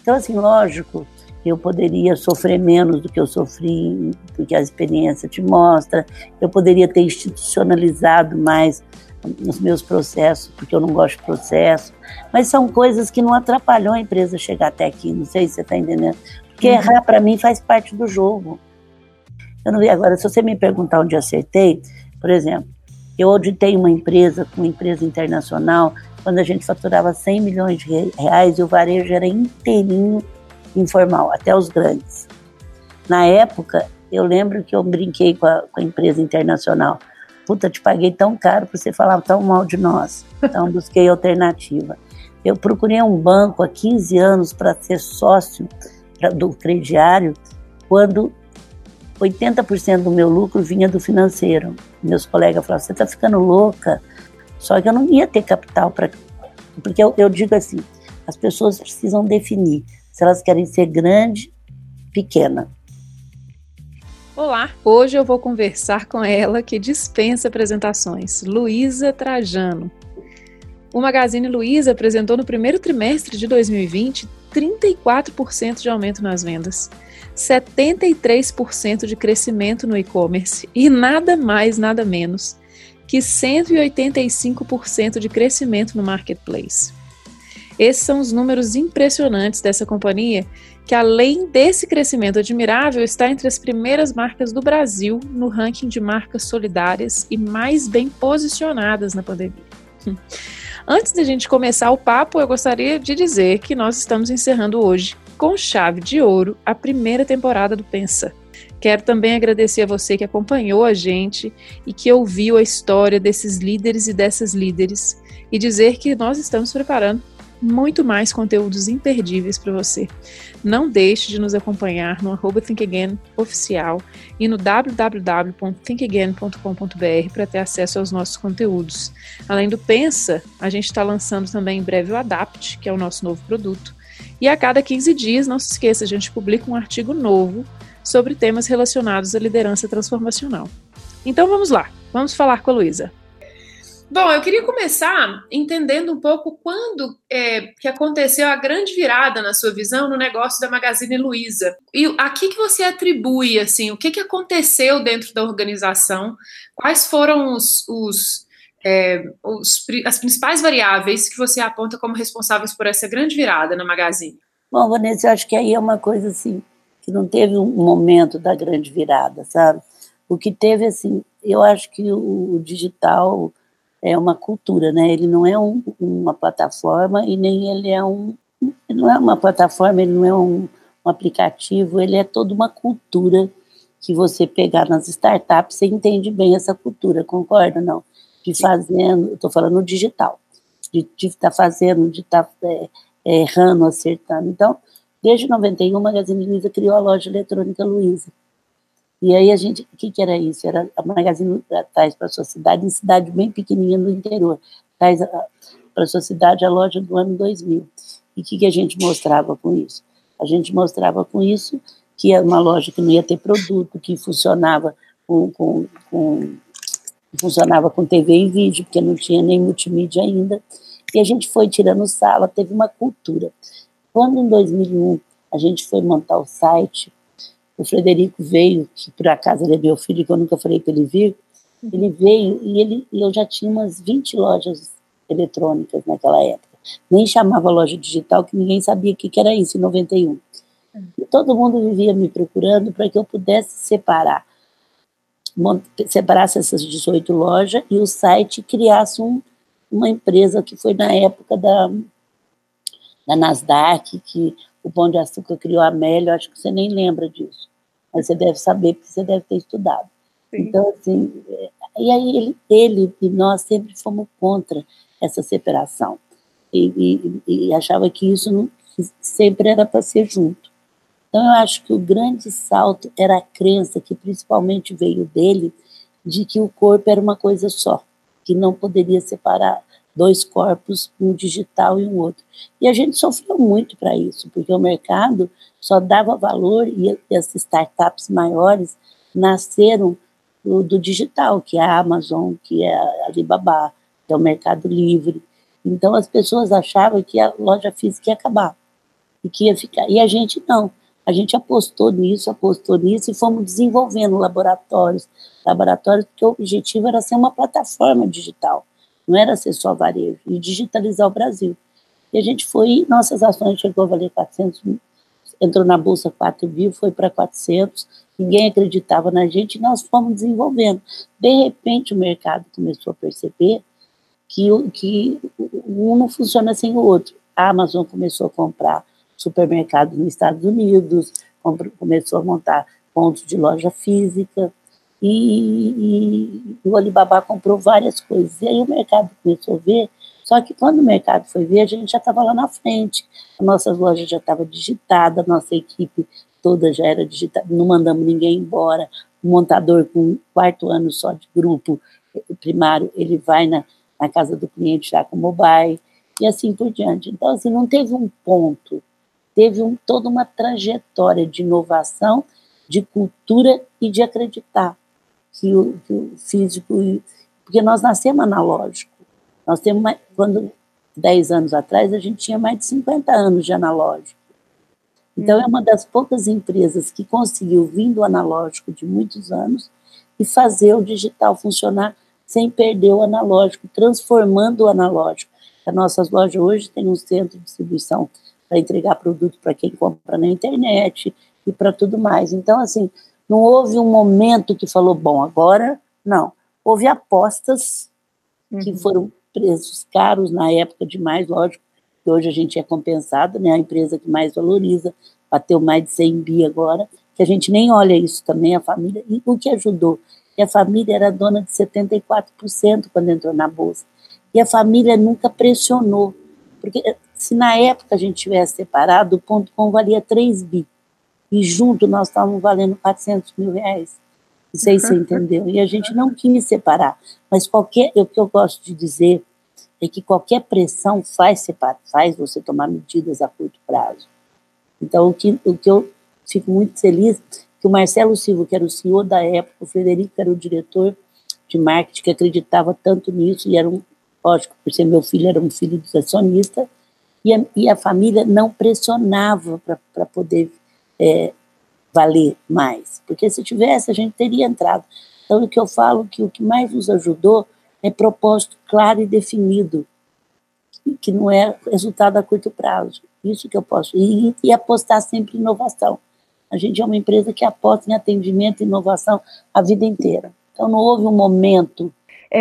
Então, assim, lógico, eu poderia sofrer menos do que eu sofri, do que a experiência te mostra, eu poderia ter institucionalizado mais os meus processos, porque eu não gosto de processo, mas são coisas que não atrapalham a empresa chegar até aqui, não sei se você está entendendo, porque errar para mim faz parte do jogo. Eu não vi. Agora, se você me perguntar onde acertei, por exemplo, eu auditei uma empresa internacional, quando a gente faturava 100 milhões de reais e o varejo era inteirinho informal, até os grandes. Na época, eu lembro que eu brinquei com a empresa internacional. Puta, te paguei tão caro para você falar tão mal de nós. Então, busquei alternativa. Eu procurei um banco há 15 anos para ser sócio do crediário, quando 80% do meu lucro vinha do financeiro. Meus colegas falavam, você está ficando louca? Só que eu não ia ter capital para... Porque eu digo assim, as pessoas precisam definir se elas querem ser grande, pequena. Olá, hoje eu vou conversar com ela que dispensa apresentações, Luísa Trajano. O Magazine Luiza apresentou no primeiro trimestre de 2020 34% de aumento nas vendas, 73% de crescimento no e-commerce e nada mais, nada menos que 185% de crescimento no marketplace. Esses são os números impressionantes dessa companhia, que além desse crescimento admirável, está entre as primeiras marcas do Brasil no ranking de marcas solidárias e mais bem posicionadas na pandemia. Antes de a gente começar o papo, eu gostaria de dizer que nós estamos encerrando hoje, com chave de ouro, a primeira temporada do Pensa. Quero também agradecer a você que acompanhou a gente e que ouviu a história desses líderes e dessas líderes e dizer que nós estamos preparando muito mais conteúdos imperdíveis para você. Não deixe de nos acompanhar no @thinkagain oficial e no www.thinkagain.com.br para ter acesso aos nossos conteúdos. Além do Pensa, a gente está lançando também em breve o Adapt, que é o nosso novo produto. E a cada 15 dias, não se esqueça, a gente publica um artigo novo sobre temas relacionados à liderança transformacional. Então vamos lá, vamos falar com a Luísa. Bom, eu queria começar entendendo um pouco quando que aconteceu a grande virada na sua visão no negócio da Magazine Luiza. E a que você atribui, assim, o que aconteceu dentro da organização? Quais foram as principais variáveis que você aponta como responsáveis por essa grande virada na Magazine? Bom, Vanessa, eu acho que aí é uma coisa assim, que não teve um momento da grande virada, sabe? O que teve, assim, eu acho que o digital é uma cultura, né? Ele não é uma plataforma e nem ele não é uma plataforma, ele não é um aplicativo, ele é toda uma cultura que você pegar nas startups, você entende bem essa cultura, concorda ou não? De fazendo, estou falando digital, de estar fazendo, de estar errando, acertando. Então, desde 91, a Magazine Luiza criou a loja eletrônica Luiza. E aí o que era isso? Era a Magazine traz para a sua cidade, em cidade bem pequenininha no interior, traz para a sua cidade a loja do ano 2000. E o que a gente mostrava com isso? A gente mostrava com isso que era uma loja que não ia ter produto, que funcionava funcionava com TV e vídeo, porque não tinha nem multimídia ainda. E a gente foi tirando sala, teve uma cultura. Quando em 2001 a gente foi montar o site, o Frederico veio, que por acaso ele é meu filho, que eu nunca falei para ele vir, ele veio e eu já tinha umas 20 lojas eletrônicas naquela época. Nem chamava loja digital, que ninguém sabia o que era isso em 91. E todo mundo vivia me procurando para que eu pudesse separasse essas 18 lojas e o site criasse uma empresa que foi na época da Nasdaq, que o Pão de Açúcar criou a Amélia, eu acho que você nem lembra disso, mas você deve saber, porque você deve ter estudado. Sim. Então, assim, e aí ele e nós sempre fomos contra essa separação, e achava que isso que sempre era para ser junto. Então, eu acho que o grande salto era a crença, que principalmente veio dele, de que o corpo era uma coisa só, que não poderia separar dois corpos, um digital e um outro. E a gente sofreu muito para isso, porque o mercado só dava valor e as startups maiores nasceram do digital, que é a Amazon, que é a Alibaba, que é o Mercado Livre. Então as pessoas achavam que a loja física ia acabar. e que ia ficar. E a gente não. A gente apostou nisso e fomos desenvolvendo laboratórios, porque o objetivo era ser uma plataforma digital, não era ser só varejo, e digitalizar o Brasil. E a gente foi, nossas ações chegou a valer 400 mil, entrou na Bolsa 4 mil, foi para 400, ninguém acreditava na gente, e nós fomos desenvolvendo. De repente, o mercado começou a perceber que um não funciona sem o outro. A Amazon começou a comprar supermercados nos Estados Unidos, começou a montar pontos de loja física, e o Alibaba comprou várias coisas. E aí o mercado começou a ver, só que quando o mercado foi ver, a gente já estava lá na frente, as nossas lojas já estavam digitadas, a nossa equipe toda já era digitada, não mandamos ninguém embora, o montador com 4º ano só de grupo primário, ele vai na casa do cliente já com mobile, e assim por diante. Então, assim, não teve um ponto, teve toda uma trajetória de inovação, de cultura e de acreditar que o físico... Porque nós nascemos analógico. Nós temos, quando 10 anos atrás, a gente tinha mais de 50 anos de analógico. Então, é uma das poucas empresas que conseguiu vir do analógico de muitos anos e fazer o digital funcionar sem perder o analógico, transformando o analógico. As nossas lojas hoje têm um centro de distribuição para entregar produto para quem compra na internet e para tudo mais. Então, assim, não houve um momento que falou, bom, agora não. Houve apostas que foram preços caros na época demais, lógico, que hoje a gente é compensado, né? A empresa que mais valoriza, bateu mais de 100 bi agora, que a gente nem olha isso também, a família, e o que ajudou? Que a família era dona de 74% quando entrou na Bolsa, e a família nunca pressionou, porque se na época a gente tivesse separado, o .com valia 3 bi, e junto nós estávamos valendo 400 mil reais, não sei se você entendeu, e a gente não quis separar, mas o que eu gosto de dizer é que qualquer pressão faz você tomar medidas a curto prazo. Então, o que eu fico muito feliz, que o Marcelo Silva, que era o CEO da época, o Frederico, que era o diretor de marketing, que acreditava tanto nisso, e era lógico, por ser meu filho, era um filho dos acionistas, e a família não pressionava para poder valer mais, porque se tivesse, a gente teria entrado. Então, o que eu falo, que o que mais nos ajudou é propósito claro e definido, que não é resultado a curto prazo. Isso que eu posso. E apostar sempre em inovação. A gente é uma empresa que aposta em atendimento e inovação a vida inteira. Então, não houve um momento.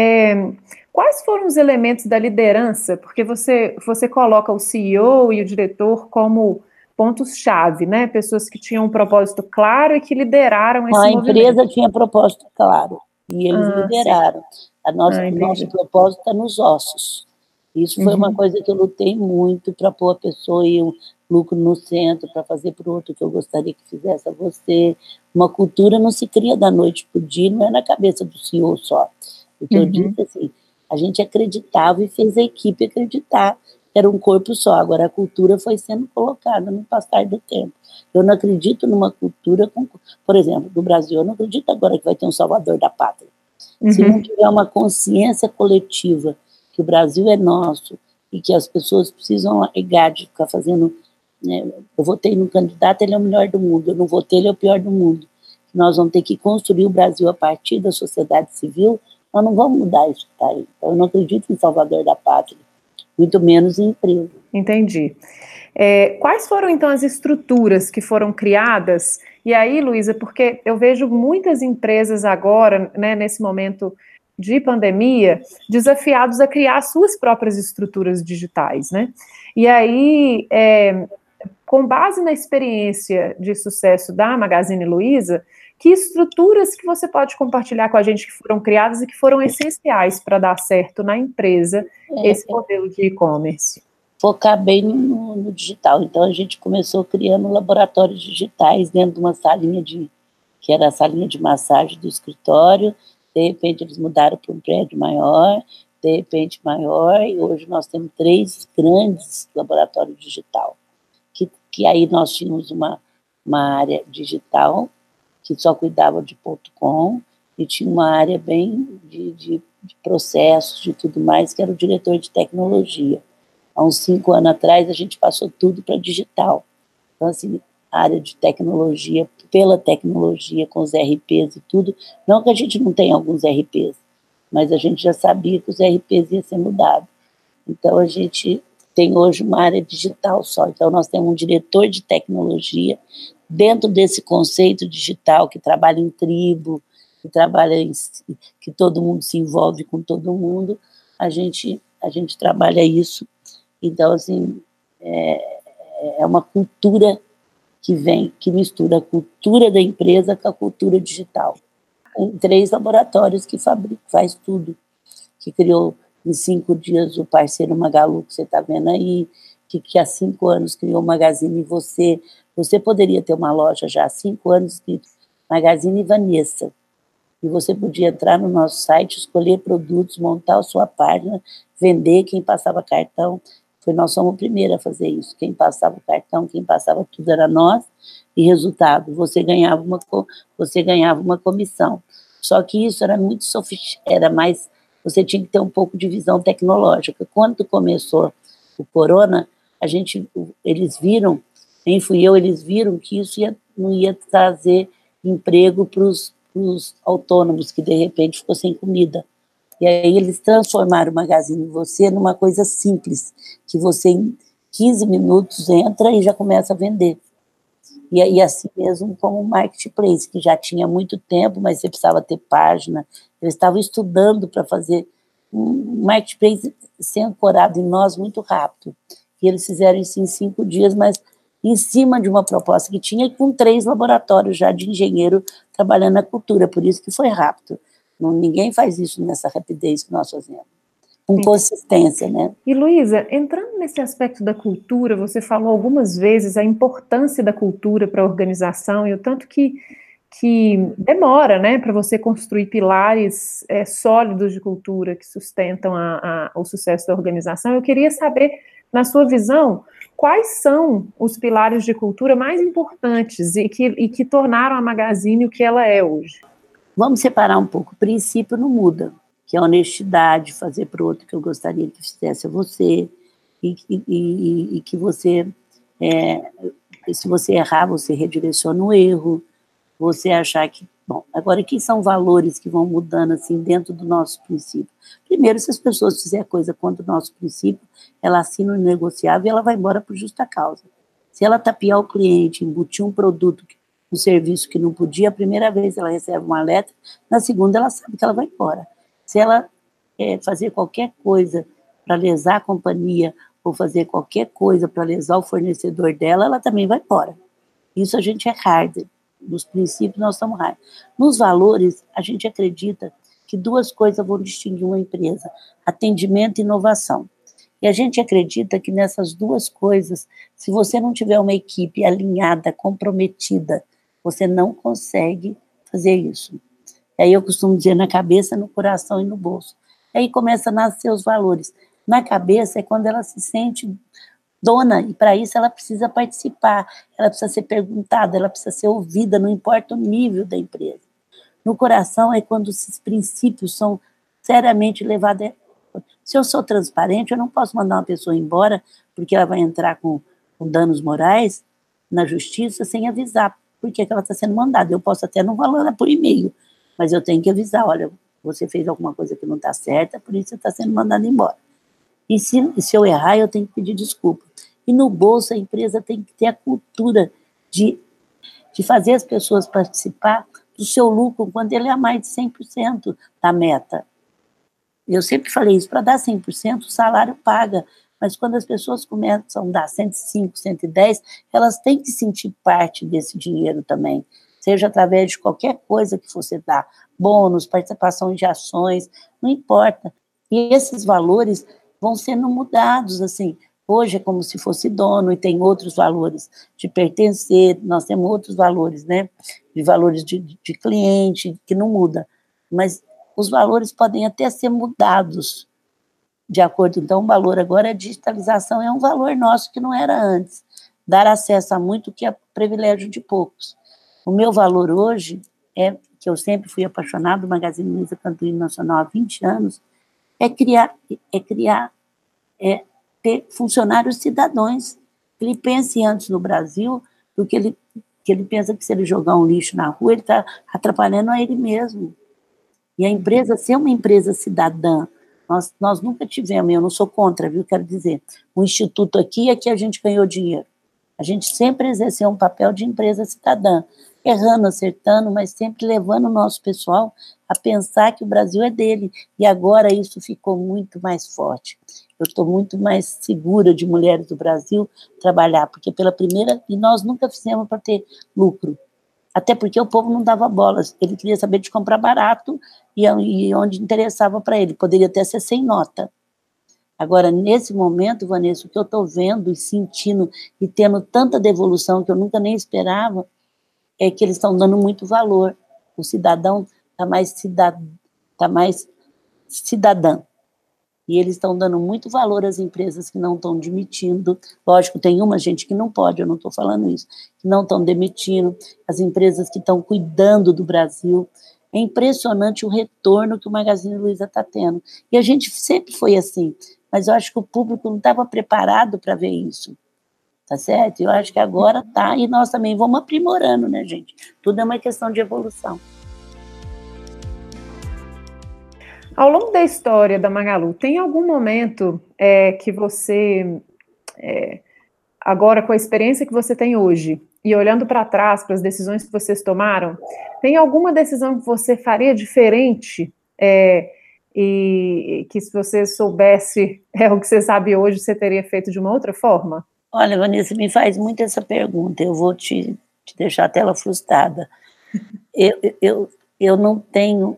Quais foram os elementos da liderança? Porque você coloca o CEO e o diretor como pontos-chave, né? Pessoas que tinham um propósito claro e que lideraram esse movimento. A empresa tinha propósito claro, e eles lideraram. O nosso propósito está nos ossos. Isso foi uma coisa que eu lutei muito para pôr a pessoa e o lucro no centro, para fazer para o outro que eu gostaria que fizesse a você. Uma cultura não se cria da noite para o dia, não é na cabeça do CEO só. O que eu disse assim, a gente acreditava e fez a equipe acreditar que era um corpo só. Agora, a cultura foi sendo colocada no passar do tempo. Eu não acredito numa cultura, por exemplo, do Brasil, eu não acredito agora que vai ter um salvador da pátria. Se não tiver uma consciência coletiva que o Brasil é nosso e que as pessoas precisam largar de ficar fazendo, né, eu votei no candidato, ele é o melhor do mundo, eu não votei, ele é o pior do mundo. Nós vamos ter que construir o Brasil a partir da sociedade civil, nós não vamos mudar isso que está aí. Então, eu não acredito em salvador da pátria, muito menos em emprego. Entendi. Quais foram, então, as estruturas que foram criadas? E aí, Luísa, porque eu vejo muitas empresas agora, né, nesse momento de pandemia, desafiados a criar suas próprias estruturas digitais, né? E aí, com base na experiência de sucesso da Magazine Luiza, que estruturas que você pode compartilhar com a gente que foram criadas e que foram essenciais para dar certo na empresa esse modelo de e-commerce? Focar bem no digital. Então, a gente começou criando laboratórios digitais dentro de uma salinha que era a salinha de massagem do escritório. De repente, eles mudaram para um prédio maior, de repente maior, e hoje nós temos 3 grandes laboratórios digital. Que aí nós tínhamos uma área digital que só cuidava de .com e tinha uma área bem de processos, de tudo mais, que era o diretor de tecnologia. Há uns 5 anos atrás, a gente passou tudo para digital. Então, assim, a área de tecnologia, pela tecnologia, com os RPs e tudo, não que a gente não tenha alguns RPs, mas a gente já sabia que os RPs iam ser mudados. Então, a gente tem hoje uma área digital só. Então, nós temos um diretor de tecnologia dentro desse conceito digital que trabalha em tribo, que todo mundo se envolve com todo mundo. A gente trabalha isso. Então, assim, é uma cultura que mistura a cultura da empresa com a cultura digital. Em 3 laboratórios que faz tudo, que criou em 5 dias o parceiro Magalu, que você está vendo aí, que há 5 anos criou o Magazine Você. Você poderia ter uma loja já há 5 anos escrito Magazine Vanessa, e você podia entrar no nosso site, escolher produtos, montar a sua página, vender. Quem passava cartão, nós somos o primeiro a fazer isso, quem passava o cartão, quem passava tudo era nós, e resultado, você ganhava uma comissão. Só que isso era muito sofisticado, era mais, você tinha que ter um pouco de visão tecnológica. Quando começou o corona, eles viram, nem fui eu, eles viram que isso não ia trazer emprego para os autônomos, que de repente ficou sem comida. E aí eles transformaram o Magazine Você numa coisa simples, que você em 15 minutos entra e já começa a vender. E assim mesmo como o Marketplace, que já tinha muito tempo, mas você precisava ter página. Eles estavam estudando para fazer um Marketplace ser ancorado em nós muito rápido. E eles fizeram isso em 5 dias, mas em cima de uma proposta que tinha, com 3 laboratórios já de engenheiro trabalhando na cultura, por isso que foi rápido. Ninguém faz isso nessa rapidez que nós fazemos. Com consistência, né? E, Luísa, entrando nesse aspecto da cultura, você falou algumas vezes a importância da cultura para a organização e o tanto que demora, né, para você construir pilares sólidos de cultura que sustentam o sucesso da organização. Eu queria saber, na sua visão, quais são os pilares de cultura mais importantes e que tornaram a Magazine o que ela é hoje? Vamos separar um pouco. O princípio não muda, que é a honestidade, fazer para o outro que eu gostaria que fizesse a você, e que você, se você errar, você redireciona o erro, você achar que... Bom, agora, que são valores que vão mudando assim dentro do nosso princípio? Primeiro, se as pessoas fizerem coisa contra o nosso princípio, ela assina o inegociável e ela vai embora por justa causa. Se ela tapear o cliente, embutir um produto, um serviço que não podia, a primeira vez ela recebe uma letra, na segunda ela sabe que ela vai embora. Se ela fazer qualquer coisa para lesar a companhia ou fazer qualquer coisa para lesar o fornecedor dela, ela também vai embora. Isso a gente é hard. Nos princípios nós estamos hard. Nos valores, a gente acredita que 2 coisas vão distinguir uma empresa: atendimento e inovação. E a gente acredita que nessas 2 coisas, se você não tiver uma equipe alinhada, comprometida, você não consegue fazer isso. E aí eu costumo dizer na cabeça, no coração e no bolso. E aí começa a nascer os valores. Na cabeça é quando ela se sente dona, e para isso ela precisa participar, ela precisa ser perguntada, ela precisa ser ouvida, não importa o nível da empresa. No coração é quando esses princípios são seriamente levados. Se eu sou transparente, eu não posso mandar uma pessoa embora porque ela vai entrar com danos morais na justiça sem avisar por que ela está sendo mandada. Eu posso até não falar por e-mail, mas eu tenho que avisar: olha, você fez alguma coisa que não está certa, por isso você está sendo mandado embora. E se eu errar, eu tenho que pedir desculpa. E no bolso, a empresa tem que ter a cultura de fazer as pessoas participar do seu lucro quando ele é a mais de 100% da meta. Eu sempre falei isso: para dar 100%, o salário paga, mas quando as pessoas começam a dar 105, 110, elas têm que sentir parte desse dinheiro também, seja através de qualquer coisa que você dá, bônus, participação de ações, não importa. E esses valores vão sendo mudados, assim. Hoje é como se fosse dono, e tem outros valores de pertencer, nós temos outros valores, né? De valores de cliente, que não muda. Mas os valores podem até ser mudados de acordo. Então, o valor agora é digitalização, é um valor nosso que não era antes. Dar acesso a muito que é privilégio de poucos. O meu valor hoje é, que eu sempre fui apaixonado, o Magazine Luiza Cantuíno Nacional há 20 anos, ter funcionários cidadãos. Filipense antes no Brasil do que ele pensa que se ele jogar um lixo na rua, ele está atrapalhando a ele mesmo. E a empresa, ser uma empresa cidadã, nós nunca tivemos, eu não sou contra, viu, quero dizer, um instituto aqui a gente ganhou dinheiro. A gente sempre exerceu um papel de empresa cidadã, errando, acertando, mas sempre levando o nosso pessoal a pensar que o Brasil é dele. E agora isso ficou muito mais forte. Eu estou muito mais segura de mulheres do Brasil trabalhar, porque pela primeira, e nós nunca fizemos para ter lucro, até porque o povo não dava bolas, ele queria saber de comprar barato e onde interessava para ele, poderia até ser sem nota. Agora, nesse momento, Vanessa, o que eu estou vendo e sentindo e tendo tanta devolução que eu nunca nem esperava, é que eles estão dando muito valor. O cidadão está mais cidadã. E eles estão dando muito valor às empresas que não estão demitindo. Lógico, tem uma gente que não pode, eu não estou falando isso, que não estão demitindo, as empresas que estão cuidando do Brasil. É impressionante o retorno que o Magazine Luiza está tendo. E a gente sempre foi assim, mas eu acho que o público não estava preparado para ver isso. Tá certo? Eu acho que agora tá, e nós também vamos aprimorando, né, gente? Tudo é uma questão de evolução. Ao longo da história da Magalu, tem algum momento que você, agora com a experiência que você tem hoje, e olhando para trás, para as decisões que vocês tomaram, tem alguma decisão que você faria diferente e que se você soubesse o que você sabe hoje, você teria feito de uma outra forma? Olha, Vanessa, me faz muito essa pergunta, eu vou te deixar a tela frustrada. Eu não tenho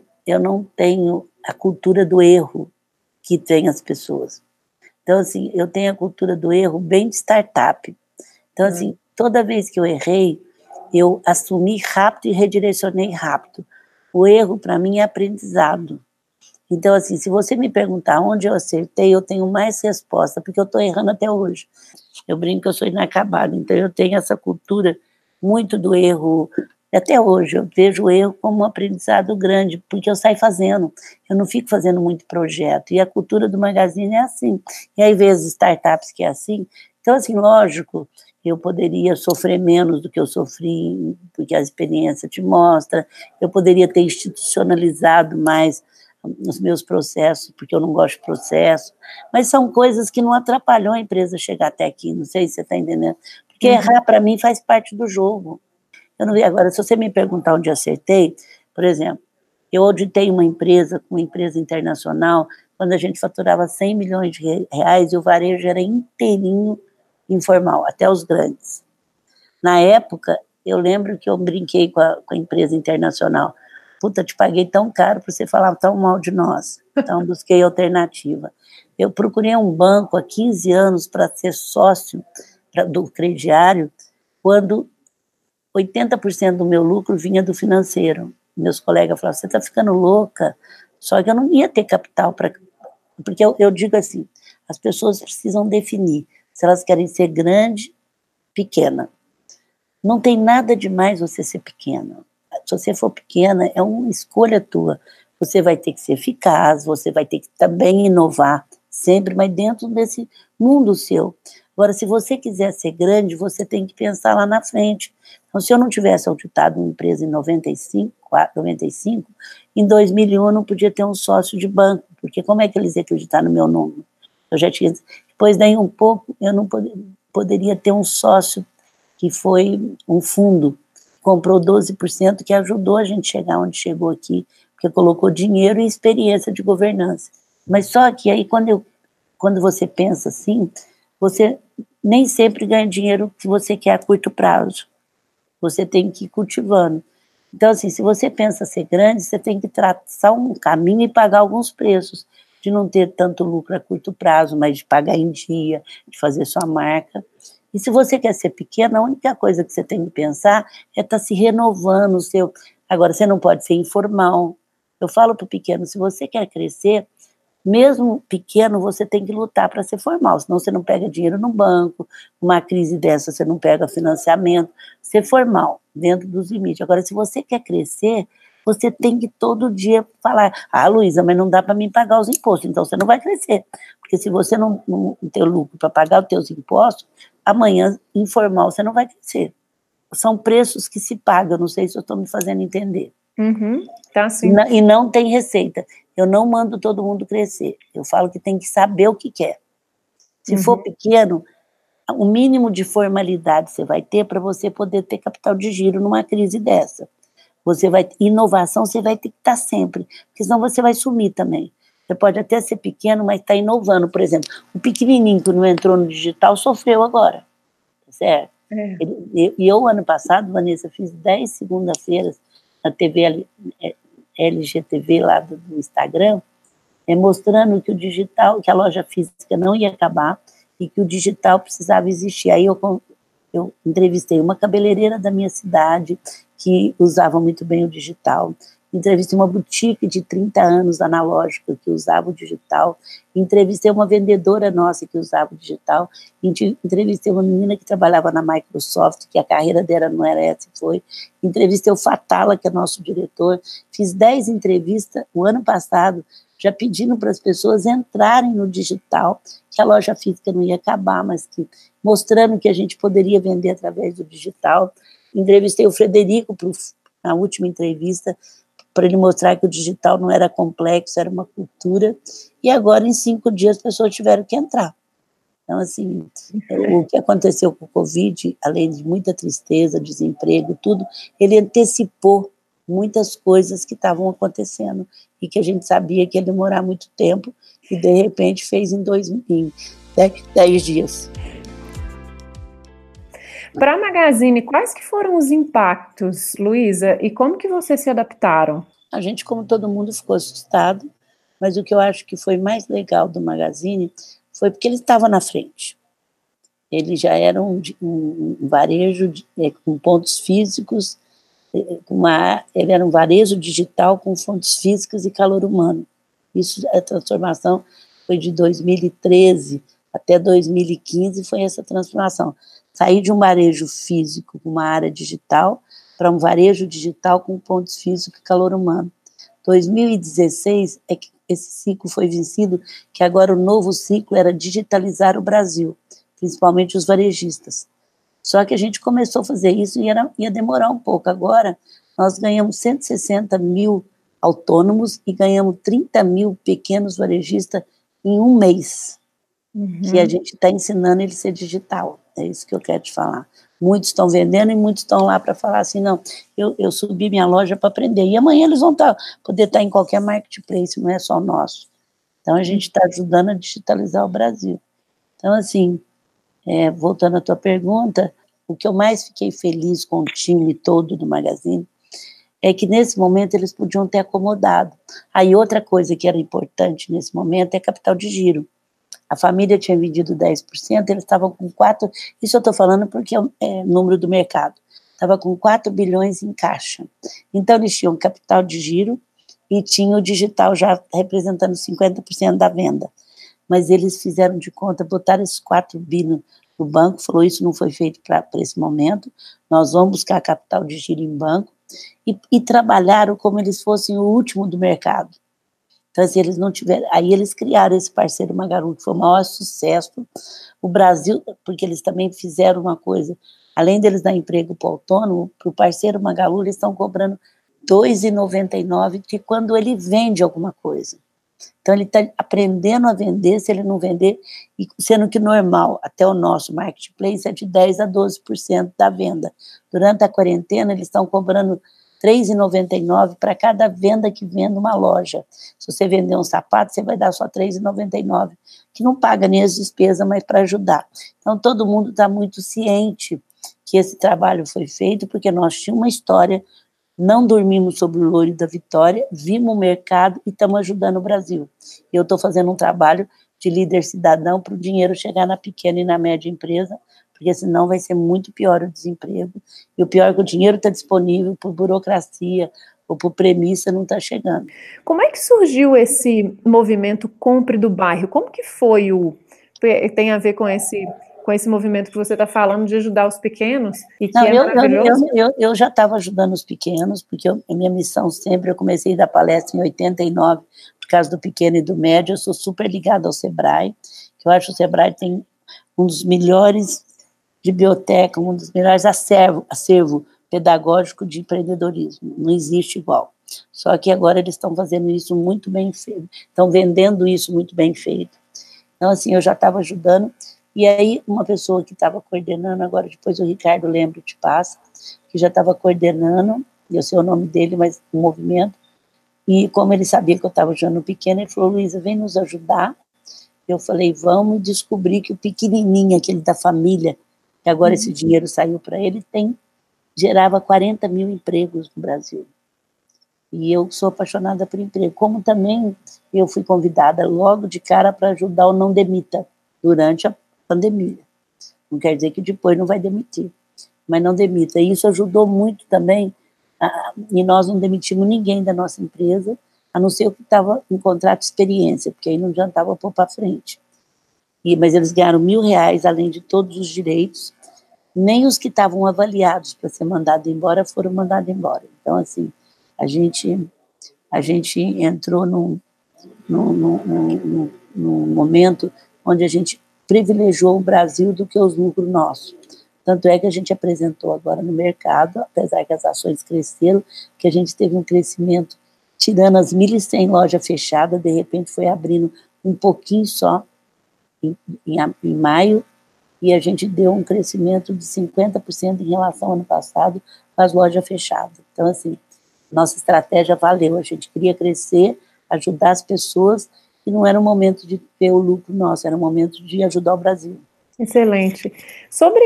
a cultura do erro que tem as pessoas. Então, assim, eu tenho a cultura do erro bem de startup. Então, assim, toda vez que eu errei, eu assumi rápido e redirecionei rápido. O erro, para mim, é aprendizado. Então, assim, se você me perguntar onde eu acertei, eu tenho mais resposta, porque eu estou errando até hoje. Eu brinco que eu sou inacabada, então eu tenho essa cultura muito do erro. Até hoje, eu vejo o erro como um aprendizado grande, porque eu saio fazendo, eu não fico fazendo muito projeto, e a cultura do Magazine é assim, e aí vejo startups que é assim, então assim, lógico, eu poderia sofrer menos do que eu sofri, porque a experiência te mostra, eu poderia ter institucionalizado mais os meus processos, porque eu não gosto de processo, mas são coisas que não atrapalham a empresa chegar até aqui, não sei se você está entendendo, porque errar para mim faz parte do jogo. Eu não vi. Agora, se você me perguntar onde acertei, por exemplo, eu auditei uma empresa internacional, quando a gente faturava 100 milhões de reais e o varejo era inteirinho informal, até os grandes. Na época, eu lembro que eu brinquei com a empresa internacional. Puta, te paguei tão caro para você falar tão mal de nós. Então, busquei alternativa. Eu procurei um banco há 15 anos para ser sócio do crediário, quando 80% do meu lucro vinha do financeiro. Meus colegas falavam, você está ficando louca, só que eu não ia ter capital para... Porque eu digo assim, as pessoas precisam definir se elas querem ser grande, pequena. Não tem nada demais você ser pequena. Se você for pequena, é uma escolha tua. Você vai ter que ser eficaz, você vai ter que também inovar, sempre, mas dentro desse mundo seu. Agora, se você quiser ser grande, você tem que pensar lá na frente. Então, se eu não tivesse auditado uma empresa em 95, em 2001 eu não podia ter um sócio de banco, porque como é que eles iam acreditar no meu nome? Eu já tinha... Depois daí um pouco, eu não poderia ter um sócio que foi um fundo, comprou 12%, que ajudou a gente chegar onde chegou aqui, porque colocou dinheiro e experiência de governança. Mas só que aí, quando você pensa assim, você nem sempre ganha dinheiro que você quer a curto prazo. Você tem que ir cultivando. Então, assim, se você pensa ser grande, você tem que traçar um caminho e pagar alguns preços, de não ter tanto lucro a curto prazo, mas de pagar em dia, de fazer sua marca. E se você quer ser pequena, a única coisa que você tem que pensar é estar se renovando. Agora, você não pode ser informal. Eu falo para o pequeno, se você quer crescer, mesmo pequeno, você tem que lutar para ser formal, senão você não pega dinheiro no banco, uma crise dessa você não pega financiamento, ser formal, dentro dos limites. Agora, se você quer crescer, você tem que todo dia falar, Luísa, mas não dá para mim pagar os impostos, então você não vai crescer, porque se você não ter lucro para pagar os teus impostos, amanhã, informal, você não vai crescer. são preços que se pagam, não sei se eu estou me fazendo entender. Tá, sim. E não tem receita. Eu não mando todo mundo crescer. Eu falo que tem que saber o que quer. Se for pequeno, o mínimo de formalidade você vai ter para você poder ter capital de giro numa crise dessa. Inovação você vai ter que estar sempre, porque senão você vai sumir também. Você pode até ser pequeno, mas está inovando. Por exemplo, o pequenininho que não entrou no digital sofreu agora, certo? Eu, ano passado, Vanessa, fiz 10 segunda-feiras na TV LGTV lá do Instagram, mostrando que o digital, que a loja física não ia acabar e que o digital precisava existir. Aí eu entrevistei uma cabeleireira da minha cidade que usava muito bem o digital, entrevistei uma boutique de 30 anos analógica que usava o digital, entrevistei uma vendedora nossa que usava o digital, entrevistei uma menina que trabalhava na Microsoft, que a carreira dela não era essa, entrevistei o Fatala, que é nosso diretor, fiz 10 entrevistas o ano passado, já pedindo para as pessoas entrarem no digital, que a loja física não ia acabar, mas que mostrando que a gente poderia vender através do digital. Entrevistei o Frederico na última entrevista, para ele mostrar que o digital não era complexo, era uma cultura, e agora em 5 dias as pessoas tiveram que entrar. Então, assim, o que aconteceu com o Covid, além de muita tristeza, desemprego, tudo, ele antecipou muitas coisas que estavam acontecendo e que a gente sabia que ia demorar muito tempo e, de repente, fez em 10 dias. Para a Magazine, quais que foram os impactos, Luísa, e como que vocês se adaptaram? A gente, como todo mundo, ficou assustado, mas o que eu acho que foi mais legal do Magazine foi porque ele estava na frente. Ele já era um varejo com pontos físicos, ele era um varejo digital com fontes físicas e calor humano. Isso, a transformação foi de 2013 até 2015, foi essa transformação. Sair de um varejo físico com uma área digital para um varejo digital com pontos físicos e calor humano. 2016 é que esse ciclo foi vencido, que agora o novo ciclo era digitalizar o Brasil, principalmente os varejistas. Só que a gente começou a fazer isso e ia demorar um pouco. Agora, nós ganhamos 160 mil autônomos e ganhamos 30 mil pequenos varejistas em um mês, que a gente está ensinando ele a ser digital. É isso que eu quero te falar. Muitos estão vendendo e muitos estão lá para falar assim, não, eu subi minha loja para aprender. E amanhã eles vão poder estar em qualquer marketplace, não é só o nosso. Então, a gente está ajudando a digitalizar o Brasil. Então, assim, voltando à tua pergunta, o que eu mais fiquei feliz com o time todo do Magazine é que, nesse momento, eles podiam ter acomodado. Aí, outra coisa que era importante nesse momento é capital de giro. A família tinha vendido 10%, eles estavam com 4%, isso eu estou falando porque é número do mercado, estava com 4 bilhões em caixa. Então, eles tinham capital de giro e tinham o digital já representando 50% da venda. Mas eles fizeram de conta, botaram esses 4 bilhões no banco, falou, isso não foi feito para esse momento, nós vamos buscar capital de giro em banco, e trabalharam como eles fossem o último do mercado. Então, assim, eles não tiveram. Aí eles criaram esse parceiro Magalu, que foi o maior sucesso. O Brasil, porque eles também fizeram uma coisa, além deles dar emprego para o autônomo, para o parceiro Magalu, eles estão cobrando R$ 2,99 que quando ele vende alguma coisa. Então, ele está aprendendo a vender, se ele não vender, e sendo que normal, até o nosso marketplace, é de 10% a 12% da venda. Durante a quarentena, eles estão cobrando R$ 3,99 para cada venda que vende uma loja. Se você vender um sapato, você vai dar só R$ 3,99, que não paga nem as despesas, mas para ajudar. Então, todo mundo está muito ciente que esse trabalho foi feito, porque nós tínhamos uma história, não dormimos sobre o louro da vitória, vimos o mercado e estamos ajudando o Brasil. Eu estou fazendo um trabalho de líder cidadão para o dinheiro chegar na pequena e na média empresa, porque senão vai ser muito pior o desemprego. E o pior é que o dinheiro está disponível por burocracia ou por premissa, não está chegando. Como é que surgiu esse movimento Compre do Bairro? Como que foi tem a ver com esse movimento que você está falando de ajudar os pequenos? E que maravilhoso? Eu já estava ajudando os pequenos, porque a minha missão sempre, eu comecei a dar palestra em 89, por causa do pequeno e do médio, eu sou super ligada ao Sebrae, que eu acho que o Sebrae tem um dos melhores biblioteca, um dos melhores acervo pedagógico de empreendedorismo. Não existe igual. Só que agora eles estão fazendo isso muito bem feito, estão vendendo isso muito bem feito. Então, assim, eu já estava ajudando, e aí uma pessoa que estava coordenando, agora depois o Ricardo lembra, te passa, que já estava coordenando, eu sei o nome dele, mas o movimento, e como ele sabia que eu estava ajudando pequeno, ele falou, Luísa, vem nos ajudar. Eu falei, vamos descobrir que o pequenininho, aquele da família, que agora esse dinheiro saiu para ele, gerava 40 mil empregos no Brasil. E eu sou apaixonada por emprego. Como também eu fui convidada logo de cara para ajudar o Não Demita durante a pandemia. Não quer dizer que depois não vai demitir, mas não demita. E isso ajudou muito também, e nós não demitimos ninguém da nossa empresa, a não ser o que estava em contrato de experiência, porque aí não adiantava pôr para frente. Mas eles ganharam R$1.000, além de todos os direitos. Nem os que estavam avaliados para ser mandados embora foram mandados embora. Então, assim, a gente entrou num momento onde a gente privilegiou o Brasil do que os lucros nossos. Tanto é que a gente apresentou agora no mercado, apesar que as ações cresceram, que a gente teve um crescimento, tirando as 1.100 lojas fechadas, de repente foi abrindo um pouquinho só em maio, e a gente deu um crescimento de 50% em relação ao ano passado com as lojas fechadas. Então, assim, nossa estratégia valeu, a gente queria crescer, ajudar as pessoas, e não era um momento de ter o lucro nosso, era um momento de ajudar o Brasil. Excelente. Sobre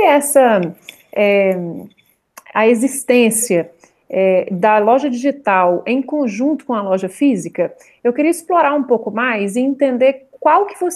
a existência da loja digital em conjunto com a loja física, eu queria explorar um pouco mais e entender qual que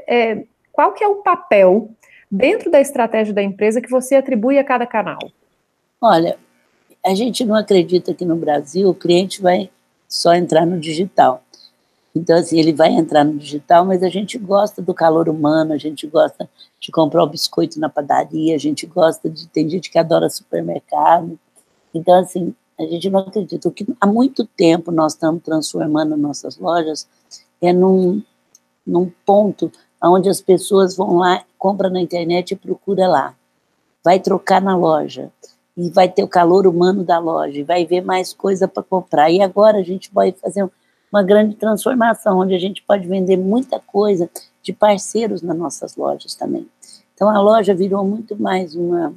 é o papel dentro da estratégia da empresa que você atribui a cada canal. Olha, a gente não acredita que no Brasil o cliente vai só entrar no digital. Então, assim, ele vai entrar no digital, mas a gente gosta do calor humano, a gente gosta de comprar o biscoito na padaria, a gente gosta tem gente que adora supermercado. Então, assim, a gente não acredita. O que há muito tempo nós estamos transformando nossas lojas num ponto onde as pessoas vão lá, compram na internet e procuram lá. Vai trocar na loja, e vai ter o calor humano da loja, e vai ver mais coisa para comprar. E agora a gente vai fazer uma grande transformação, onde a gente pode vender muita coisa de parceiros nas nossas lojas também. Então, a loja virou muito mais um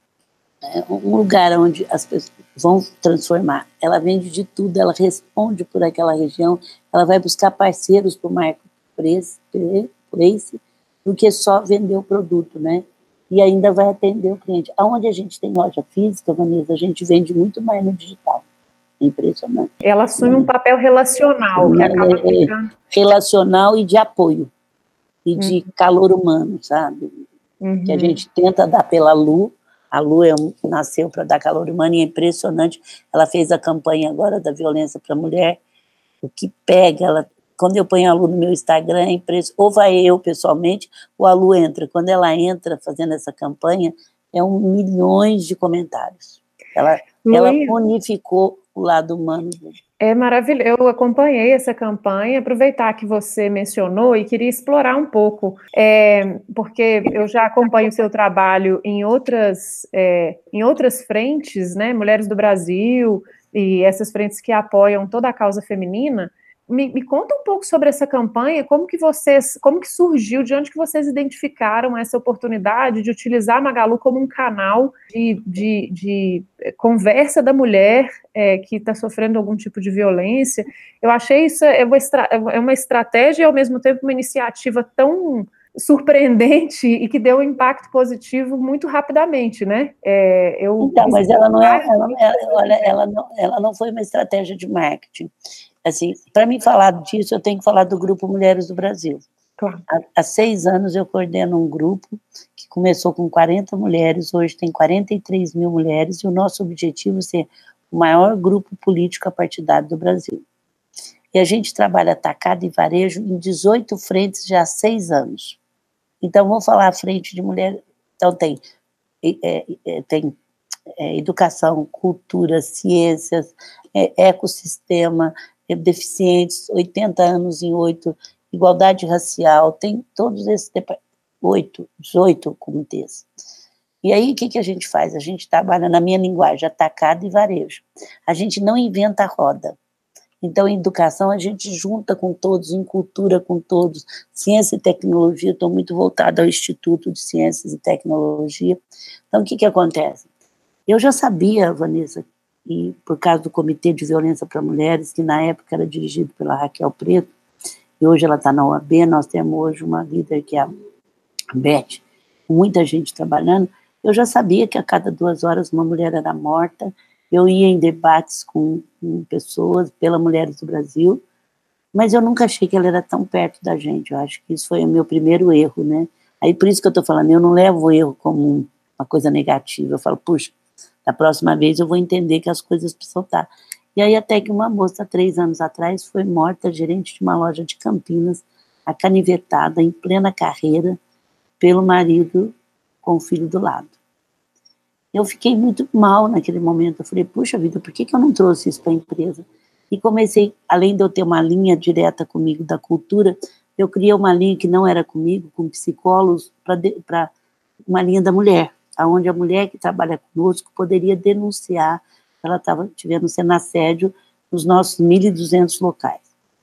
lugar onde as pessoas vão transformar. Ela vende de tudo, ela responde por aquela região, ela vai buscar parceiros para o marketplace do que só vender o produto, né? E ainda vai atender o cliente. Aonde a gente tem loja física, Vanessa, a gente vende muito mais no digital. Impressionante. Ela assume um papel relacional, que acaba ficando... Relacional e de apoio, e de calor humano, sabe? Que a gente tenta dar pela Lu. A Lu nasceu para dar calor humano, e é impressionante. Ela fez a campanha agora da violência para a mulher, o que pega, quando eu ponho a Lu no meu Instagram, é impressionante. Ou vai eu pessoalmente, ou a Lu entra. Quando ela entra fazendo essa campanha, milhões de comentários. Ela unificou o lado humano dele. É maravilhoso. Eu acompanhei essa campanha, aproveitar que você mencionou e queria explorar um pouco, porque eu já acompanho o seu trabalho em outras frentes, né? Mulheres do Brasil e essas frentes que apoiam toda a causa feminina. Me conta um pouco sobre essa campanha, como que surgiu, de onde que vocês identificaram essa oportunidade de utilizar a Magalu como um canal de conversa da mulher que está sofrendo algum tipo de violência. Eu achei isso uma estratégia e, ao mesmo tempo, uma iniciativa tão surpreendente e que deu um impacto positivo muito rapidamente, né? Mas ela não foi uma estratégia de marketing. Assim, para mim falar disso, eu tenho que falar do Grupo Mulheres do Brasil. Claro. Há 6 anos eu coordeno um grupo que começou com 40 mulheres, hoje tem 43 mil mulheres, e o nosso objetivo é ser o maior grupo político partidário do Brasil. E a gente trabalha atacado e varejo em 18 frentes já há 6 anos. Então, vou falar a frente de mulher. Então, tem educação, cultura, ciências, ecossistema, deficientes, 80 anos em 8, igualdade racial, tem todos esses 18 comitês. E aí, o que a gente faz? A gente trabalha na minha linguagem, atacado e varejo. A gente não inventa a roda. Então, em educação, a gente junta com todos, em cultura com todos. Ciência e tecnologia, estou muito voltada ao Instituto de Ciências e Tecnologia. Então, o que acontece? Eu já sabia, Vanessa, e por causa do Comitê de Violência para Mulheres, que na época era dirigido pela Raquel Preto, e hoje ela está na OAB, nós temos hoje uma líder que é a Beth, com muita gente trabalhando. Eu já sabia que a cada 2 horas uma mulher era morta. Eu ia em debates com pessoas pela Mulheres do Brasil, mas eu nunca achei que ela era tão perto da gente. Eu acho que isso foi o meu primeiro erro, né? Aí por isso que eu estou falando, eu não levo o erro como uma coisa negativa. Eu falo, puxa, da próxima vez eu vou entender que as coisas precisam estar. E aí até que uma moça, 3 anos atrás, foi morta, gerente de uma loja de Campinas, acanivetada, em plena carreira, pelo marido com o filho do lado. Eu fiquei muito mal naquele momento. Eu falei, puxa vida, por que eu não trouxe isso para a empresa? E comecei, além de eu ter uma linha direta comigo da cultura, eu criei uma linha que não era comigo, com psicólogos, para uma linha da mulher, onde a mulher que trabalha conosco poderia denunciar que ela estava sendo assédio nos nossos 1.200 locais.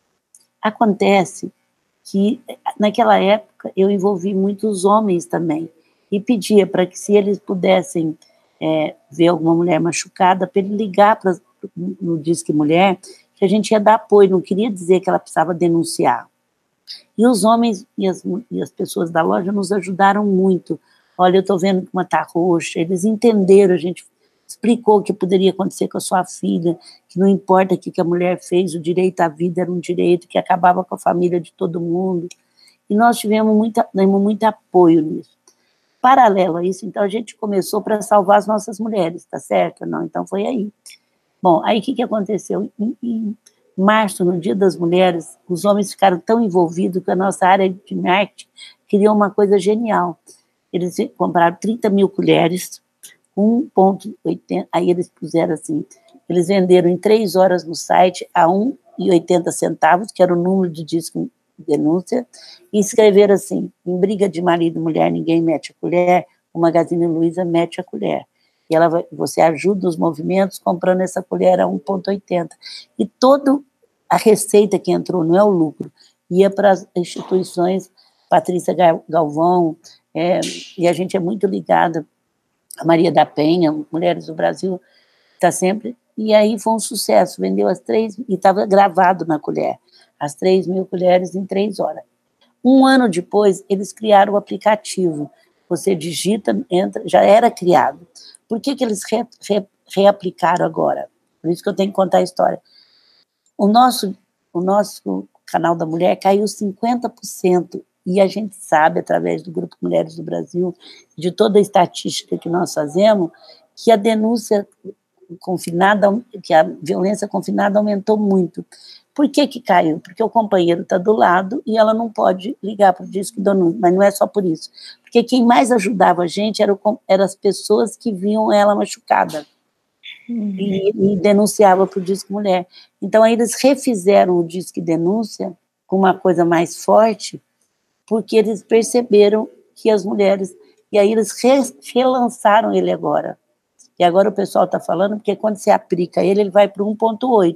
Acontece que, naquela época, eu envolvi muitos homens também, e pedia para que, se eles pudessem ver alguma mulher machucada, para ele ligar no Disque Mulher, que a gente ia dar apoio, não queria dizer que ela precisava denunciar. E os homens e as pessoas da loja nos ajudaram muito. Olha, eu estou vendo que uma está roxa, eles entenderam, a gente explicou o que poderia acontecer com a sua filha, que não importa o que a mulher fez, o direito à vida era um direito que acabava com a família de todo mundo. E nós tivemos muito apoio nisso. Paralelo a isso, então, a gente começou para salvar as nossas mulheres, tá certo? Não, então foi aí. Bom, aí o que aconteceu? Em março, no Dia das Mulheres, os homens ficaram tão envolvidos que a nossa área de marketing criou uma coisa genial. Eles compraram 30 mil colheres, 1,80, aí eles puseram assim, eles venderam em 3 horas no site a 1,80 centavos, que era o número de disco denúncia, e escrever assim, em briga de marido e mulher ninguém mete a colher, o Magazine Luiza mete a colher. E você ajuda os movimentos comprando essa colher a 1,80. E toda a receita que entrou, não é o lucro, ia para as instituições, Patrícia Galvão, e a gente é muito ligada, a Maria da Penha, Mulheres do Brasil, está sempre, e aí foi um sucesso, vendeu as 3, e estava gravado na colher, as 3 mil colheres em 3 horas. 1 ano depois, eles criaram o aplicativo. Você digita, entra, já era criado. Por que eles reaplicaram agora? Por isso que eu tenho que contar a história. O nosso canal da mulher caiu 50%, e a gente sabe, através do Grupo Mulheres do Brasil, de toda a estatística que nós fazemos, que a denúncia confinada, que a violência confinada aumentou muito. Por que caiu? Porque o companheiro está do lado e ela não pode ligar para o disco denúncia, mas não é só por isso. Porque quem mais ajudava a gente eram as pessoas que viam ela machucada e denunciava para o Disque Mulher. Então, aí eles refizeram o Disque Denúncia com uma coisa mais forte, porque eles perceberam que as mulheres... E aí eles relançaram ele agora. E agora o pessoal está falando, porque quando você aplica ele vai para 1,8.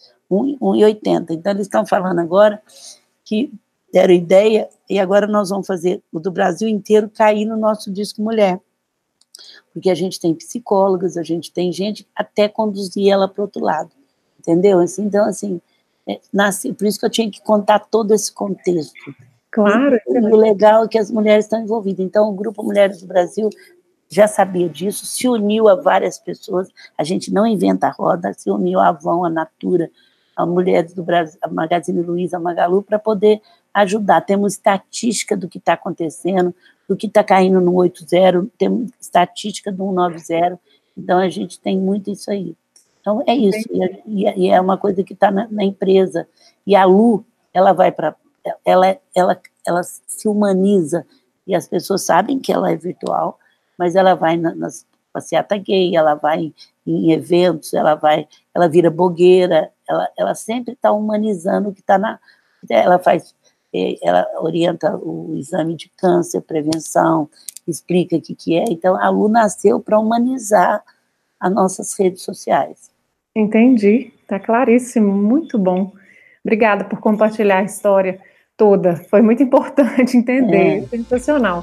1,80. Então, eles estão falando agora que deram ideia e agora nós vamos fazer o do Brasil inteiro cair no nosso Disque Mulher. Porque a gente tem psicólogas, a gente tem gente até conduzir ela para o outro lado. Entendeu? Assim, então, assim, por isso que eu tinha que contar todo esse contexto. Claro. E o legal é que as mulheres estão envolvidas. Então, o Grupo Mulheres do Brasil já sabia disso, se uniu a várias pessoas, a gente não inventa a roda, se uniu a Avon, a Natura, a Mulheres do Brasil, a Magazine Luiza, a Magalu, para poder ajudar. Temos estatística do que está acontecendo, do que está caindo no 8.0, temos estatística do 190, então a gente tem muito isso aí. Então é isso, e é uma coisa que está na empresa. E a Lu, ela vai para... Ela se humaniza, e as pessoas sabem que ela é virtual, mas ela vai nas passeata gay, ela vai em eventos, ela vira blogueira, ela sempre está humanizando o que está na... Ela orienta o exame de câncer, prevenção, explica o que é. Então, a Lu nasceu para humanizar as nossas redes sociais. Entendi, tá claríssimo, muito bom. Obrigada por compartilhar a história toda, foi muito importante entender, sensacional.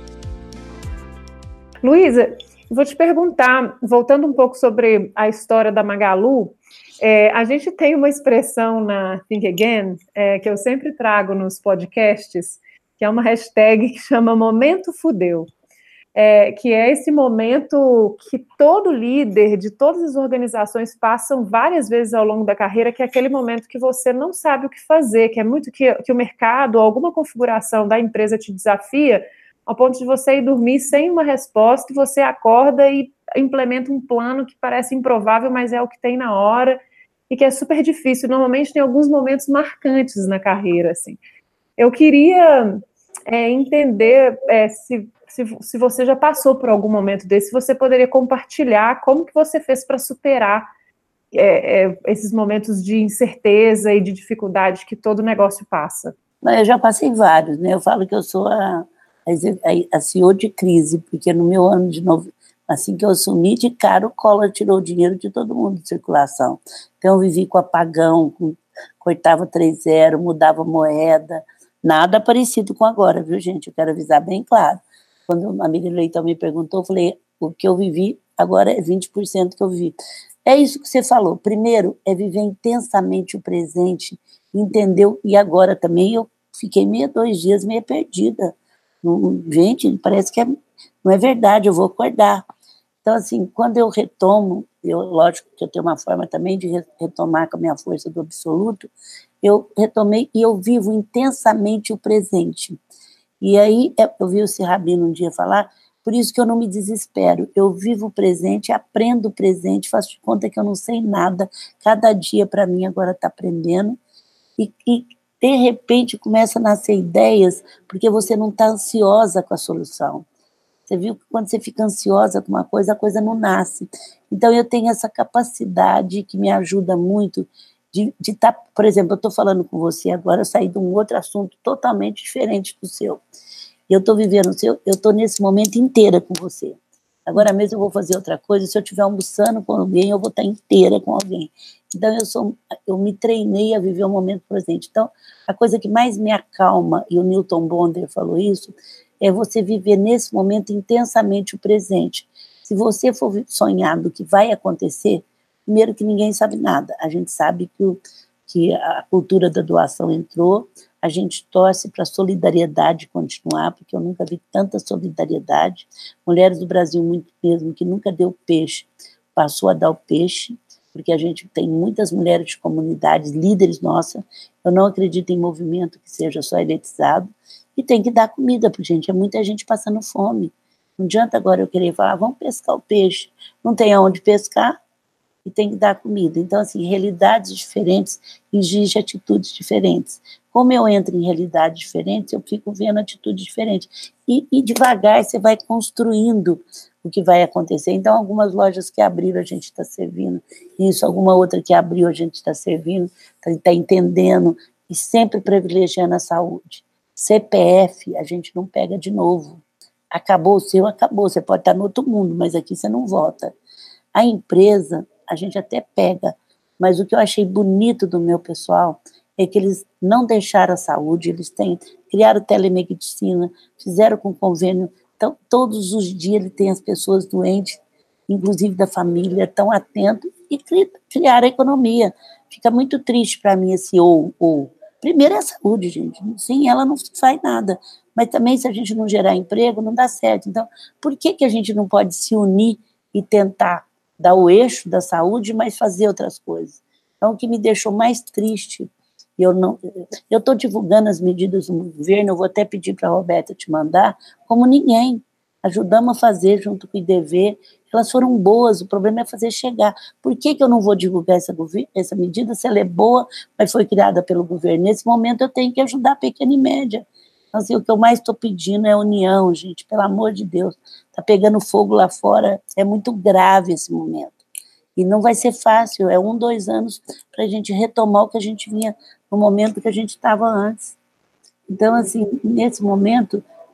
Luísa, vou te perguntar, voltando um pouco sobre a história da Magalu, a gente tem uma expressão na Think Again, que eu sempre trago nos podcasts, que é uma hashtag que chama Momento Fudeu. Que é esse momento que todo líder de todas as organizações passam várias vezes ao longo da carreira, que é aquele momento que você não sabe o que fazer, que é muito que o mercado, alguma configuração da empresa te desafia, ao ponto de você ir dormir sem uma resposta, e você acorda e implementa um plano que parece improvável, mas é o que tem na hora, e que é super difícil. Normalmente tem alguns momentos marcantes na carreira, assim. Eu queria entender se você já passou por algum momento desse, você poderia compartilhar como que você fez para superar esses momentos de incerteza e de dificuldade que todo negócio passa. Eu já passei vários, né? Eu falo que eu sou a CEO de crise, porque no meu ano de novo, assim que eu assumi, de cara o Collor tirou o dinheiro de todo mundo de circulação. Então eu vivi com apagão, cortava 3-0, mudava moeda, nada parecido com agora, viu, gente? Eu quero avisar bem claro. Quando a Miriam Leitão me perguntou, eu falei, o que eu vivi agora é 20% que eu vivi. É isso que você falou. Primeiro, é viver intensamente o presente, entendeu? E agora também eu fiquei 2 dias meio perdida. Gente, parece que não é verdade, eu vou acordar. Então, assim, quando eu retomo, lógico que eu tenho uma forma também de retomar com a minha força do absoluto, eu retomei e eu vivo intensamente o presente. E aí, eu vi o Rabino um dia falar, por isso que eu não me desespero, eu vivo o presente, aprendo o presente, faço de conta que eu não sei nada, cada dia para mim agora está aprendendo, e de repente começa a nascer ideias, porque você não está ansiosa com a solução. Você viu que quando você fica ansiosa com uma coisa, a coisa não nasce. Então eu tenho essa capacidade que me ajuda muito de estar, por exemplo, eu estou falando com você agora, eu saí de um outro assunto totalmente diferente do seu. Eu estou vivendo o seu, eu estou nesse momento inteira com você. Agora mesmo eu vou fazer outra coisa, se eu estiver almoçando com alguém, eu vou estar inteira com alguém. Então eu me treinei a viver o momento presente. Então, a coisa que mais me acalma, e o Newton Bonder falou isso, é você viver nesse momento intensamente o presente. Se você for sonhar do que vai acontecer, primeiro que ninguém sabe nada. A gente sabe que a cultura da doação entrou, a gente torce para a solidariedade continuar, porque eu nunca vi tanta solidariedade. Mulheres do Brasil, muito mesmo, que nunca deu peixe, passou a dar o peixe, porque a gente tem muitas mulheres de comunidades, líderes nossas. Eu não acredito em movimento que seja só elitizado, e tem que dar comida, porque, gente, é muita gente passando fome. Não adianta agora eu querer falar, vamos pescar o peixe. Não tem aonde pescar, e tem que dar comida. Então, assim, realidades diferentes exigem atitudes diferentes. Como eu entro em realidades diferentes, eu fico vendo atitudes diferentes. E devagar você vai construindo o que vai acontecer. Então, algumas lojas que abriram, a gente está servindo isso, alguma outra que abriu, a gente está servindo, está entendendo, e sempre privilegiando a saúde. CPF, a gente não pega de novo. Acabou o seu, acabou. Você pode estar no outro mundo, mas aqui você não vota. A empresa, a gente até pega, mas o que eu achei bonito do meu pessoal é que eles não deixaram a saúde, eles criaram telemedicina, fizeram com convênio, então todos os dias ele tem as pessoas doentes, inclusive da família, estão atentos e criaram a economia. Fica muito triste para mim esse ou. Primeiro é a saúde, gente, sem ela não faz nada, mas também se a gente não gerar emprego, não dá certo. Então, por que a gente não pode se unir e tentar dar o eixo da saúde, mas fazer outras coisas? Então, o que me deixou mais triste, eu estou divulgando as medidas do governo, eu vou até pedir para a Roberta te mandar, como ninguém, ajudamos a fazer junto com o IDV, elas foram boas, o problema é fazer chegar. Por que eu não vou divulgar essa medida, se ela é boa, mas foi criada pelo governo? Nesse momento eu tenho que ajudar a pequena e média. Então, assim, o que eu mais estou pedindo é união, gente, pelo amor de Deus. Está pegando fogo lá fora, é muito grave esse momento. E não vai ser fácil, é 1-2 anos para a gente retomar o que a gente vinha no momento que a gente estava antes. Então, assim, nesse momento,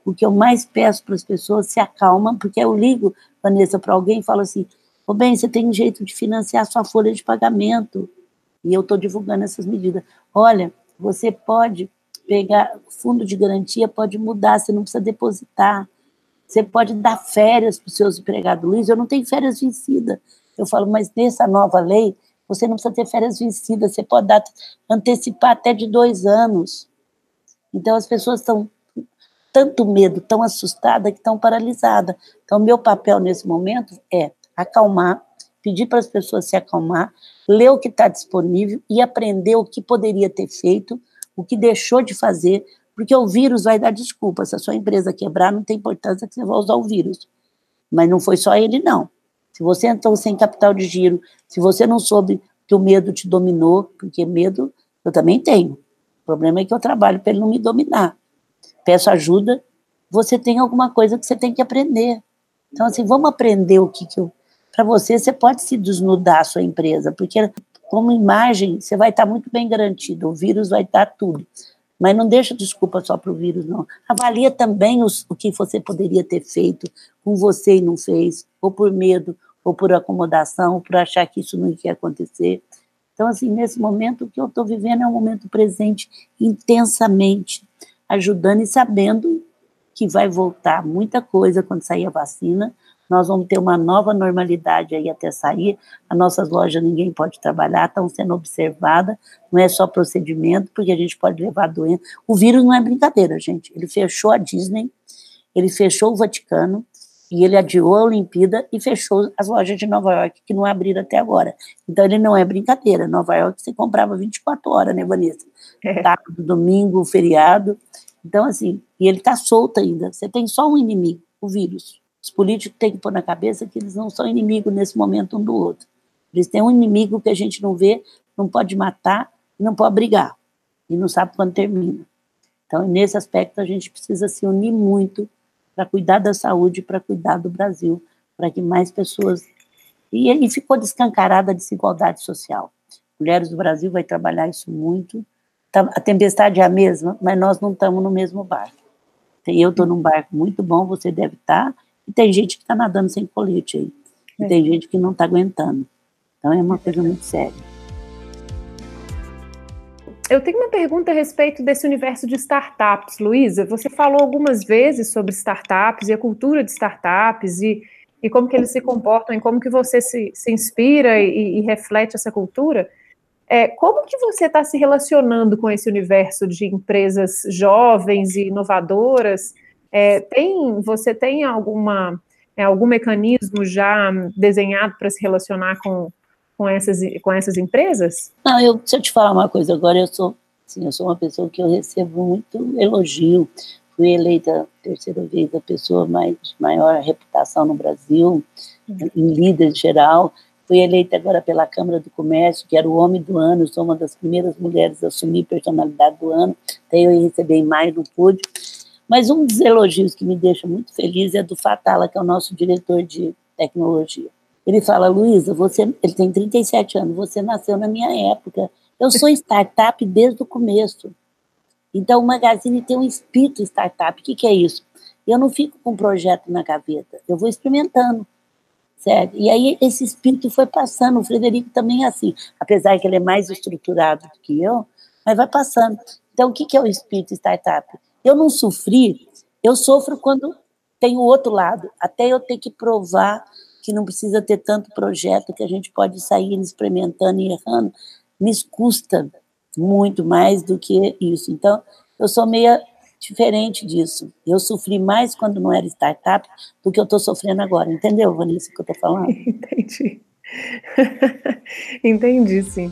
o que eu mais peço para as pessoas, se acalmam, porque eu ligo, Vanessa, para alguém e falo assim, bem, você tem jeito de financiar sua folha de pagamento, e eu estou divulgando essas medidas. Olha, você pode pegar fundo de garantia, pode mudar, você não precisa depositar, você pode dar férias para os seus empregados. Luiz, eu não tenho férias vencidas. Eu falo, mas nessa nova lei, você não precisa ter férias vencidas, você pode antecipar até de 2 anos. Então, as pessoas estão tanto medo, tão assustadas, que estão paralisadas. Então, meu papel nesse momento é acalmar, pedir para as pessoas se acalmar, ler o que está disponível e aprender o que poderia ter feito, o que deixou de fazer, porque o vírus vai dar desculpa. Se a sua empresa quebrar, não tem importância que você vai usar o vírus. Mas não foi só ele, não. Se você entrou sem capital de giro, se você não soube que o medo te dominou, porque medo eu também tenho. O problema é que eu trabalho para ele não me dominar. Peço ajuda, você tem alguma coisa que você tem que aprender. Então, assim, vamos aprender o que eu... Para você pode se desnudar a sua empresa, porque como imagem, você vai estar muito bem garantido, o vírus vai dar tudo. Mas não deixa desculpa só para o vírus, não. Avalia também o que você poderia ter feito com você e não fez, ou por medo, ou por acomodação, ou por achar que isso não ia acontecer. Então, assim, nesse momento, o que eu estou vivendo é um momento presente intensamente, ajudando e sabendo que vai voltar muita coisa quando sair a vacina. Nós vamos ter uma nova normalidade aí até sair. As nossas lojas ninguém pode trabalhar, estão sendo observadas, não é só procedimento, porque a gente pode levar a doença. O vírus não é brincadeira, gente. Ele fechou a Disney, ele fechou o Vaticano, e ele adiou a Olimpíada e fechou as lojas de Nova York, que não abriram até agora. Então, ele não é brincadeira. Nova York você comprava 24 horas, né, Vanessa? Sábado, domingo, feriado. Então, assim, e ele está solto ainda. Você tem só um inimigo, o vírus. Os políticos têm que pôr na cabeça que eles não são inimigos nesse momento um do outro. Eles têm um inimigo que a gente não vê, não pode matar, não pode brigar. E não sabe quando termina. Então, nesse aspecto, a gente precisa se unir muito para cuidar da saúde, para cuidar do Brasil, para que mais pessoas... E ficou descancarada a desigualdade social. Mulheres do Brasil vai trabalhar isso muito. A tempestade é a mesma, mas nós não estamos no mesmo barco. Eu estou num barco muito bom, você deve estar, e tem gente que está nadando sem colete aí. E tem gente que não está aguentando. Então é uma coisa muito séria. Eu tenho uma pergunta a respeito desse universo de startups, Luísa. Você falou algumas vezes sobre startups e a cultura de startups e como que eles se comportam e como que você se inspira e reflete essa cultura. Como que você está se relacionando com esse universo de empresas jovens e inovadoras? Você tem algum mecanismo já desenhado para se relacionar com essas empresas? Não, se eu te falar uma coisa agora, eu sou uma pessoa que eu recebo muito elogio. Fui eleita 3ª vez a pessoa de maior reputação no Brasil, em líder geral. Fui eleita agora pela Câmara do Comércio, que era o Homem do Ano, eu sou uma das primeiras mulheres a assumir personalidade do ano, até eu ia receber em maio, não pude. Mas um dos elogios que me deixa muito feliz é do Fatala, que é o nosso diretor de tecnologia. Ele fala, Luísa, ele tem 37 anos, você nasceu na minha época. Eu sou startup desde o começo. Então, o Magazine tem um espírito startup. O que é isso? Eu não fico com um projeto na gaveta, eu vou experimentando. Certo? E aí esse espírito foi passando. O Frederico também é assim, apesar que ele é mais estruturado do que eu, mas vai passando. Então, o que é o espírito startup? Eu não sofri, eu sofro quando tem o outro lado, até eu ter que provar que não precisa ter tanto projeto, que a gente pode sair experimentando e errando, me custa muito mais do que isso. Então, eu sou meio diferente disso. Eu sofri mais quando não era startup do que eu estou sofrendo agora. Entendeu, Vanessa, o que eu estou falando? Entendi. Entendi, sim.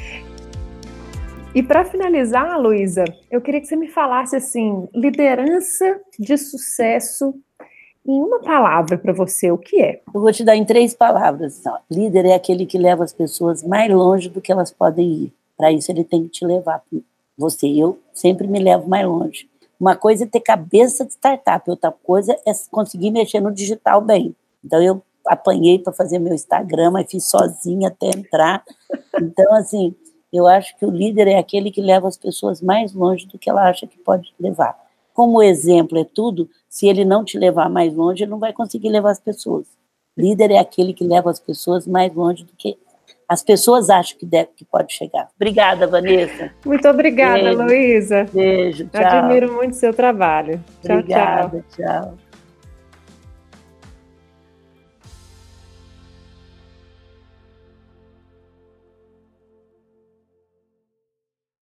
E para finalizar, Luísa, eu queria que você me falasse assim, liderança de sucesso em uma palavra para você, o que é? Eu vou te dar em 3 palavras. Líder é aquele que leva as pessoas mais longe do que elas podem ir. Para isso ele tem que te levar. Eu sempre me levo mais longe. Uma coisa é ter cabeça de startup, outra coisa é conseguir mexer no digital bem. Então, eu apanhei para fazer meu Instagram, mas fiz sozinha até entrar. Então, assim, eu acho que o líder é aquele que leva as pessoas mais longe do que ela acha que pode levar. como o exemplo é tudo, se ele não te levar mais longe, ele não vai conseguir levar as pessoas. Líder é aquele que leva as pessoas mais longe do que as pessoas acham que pode chegar. Obrigada, Vanessa. Muito obrigada, Luísa. Beijo, tchau. Admiro muito o seu trabalho. Obrigada, tchau.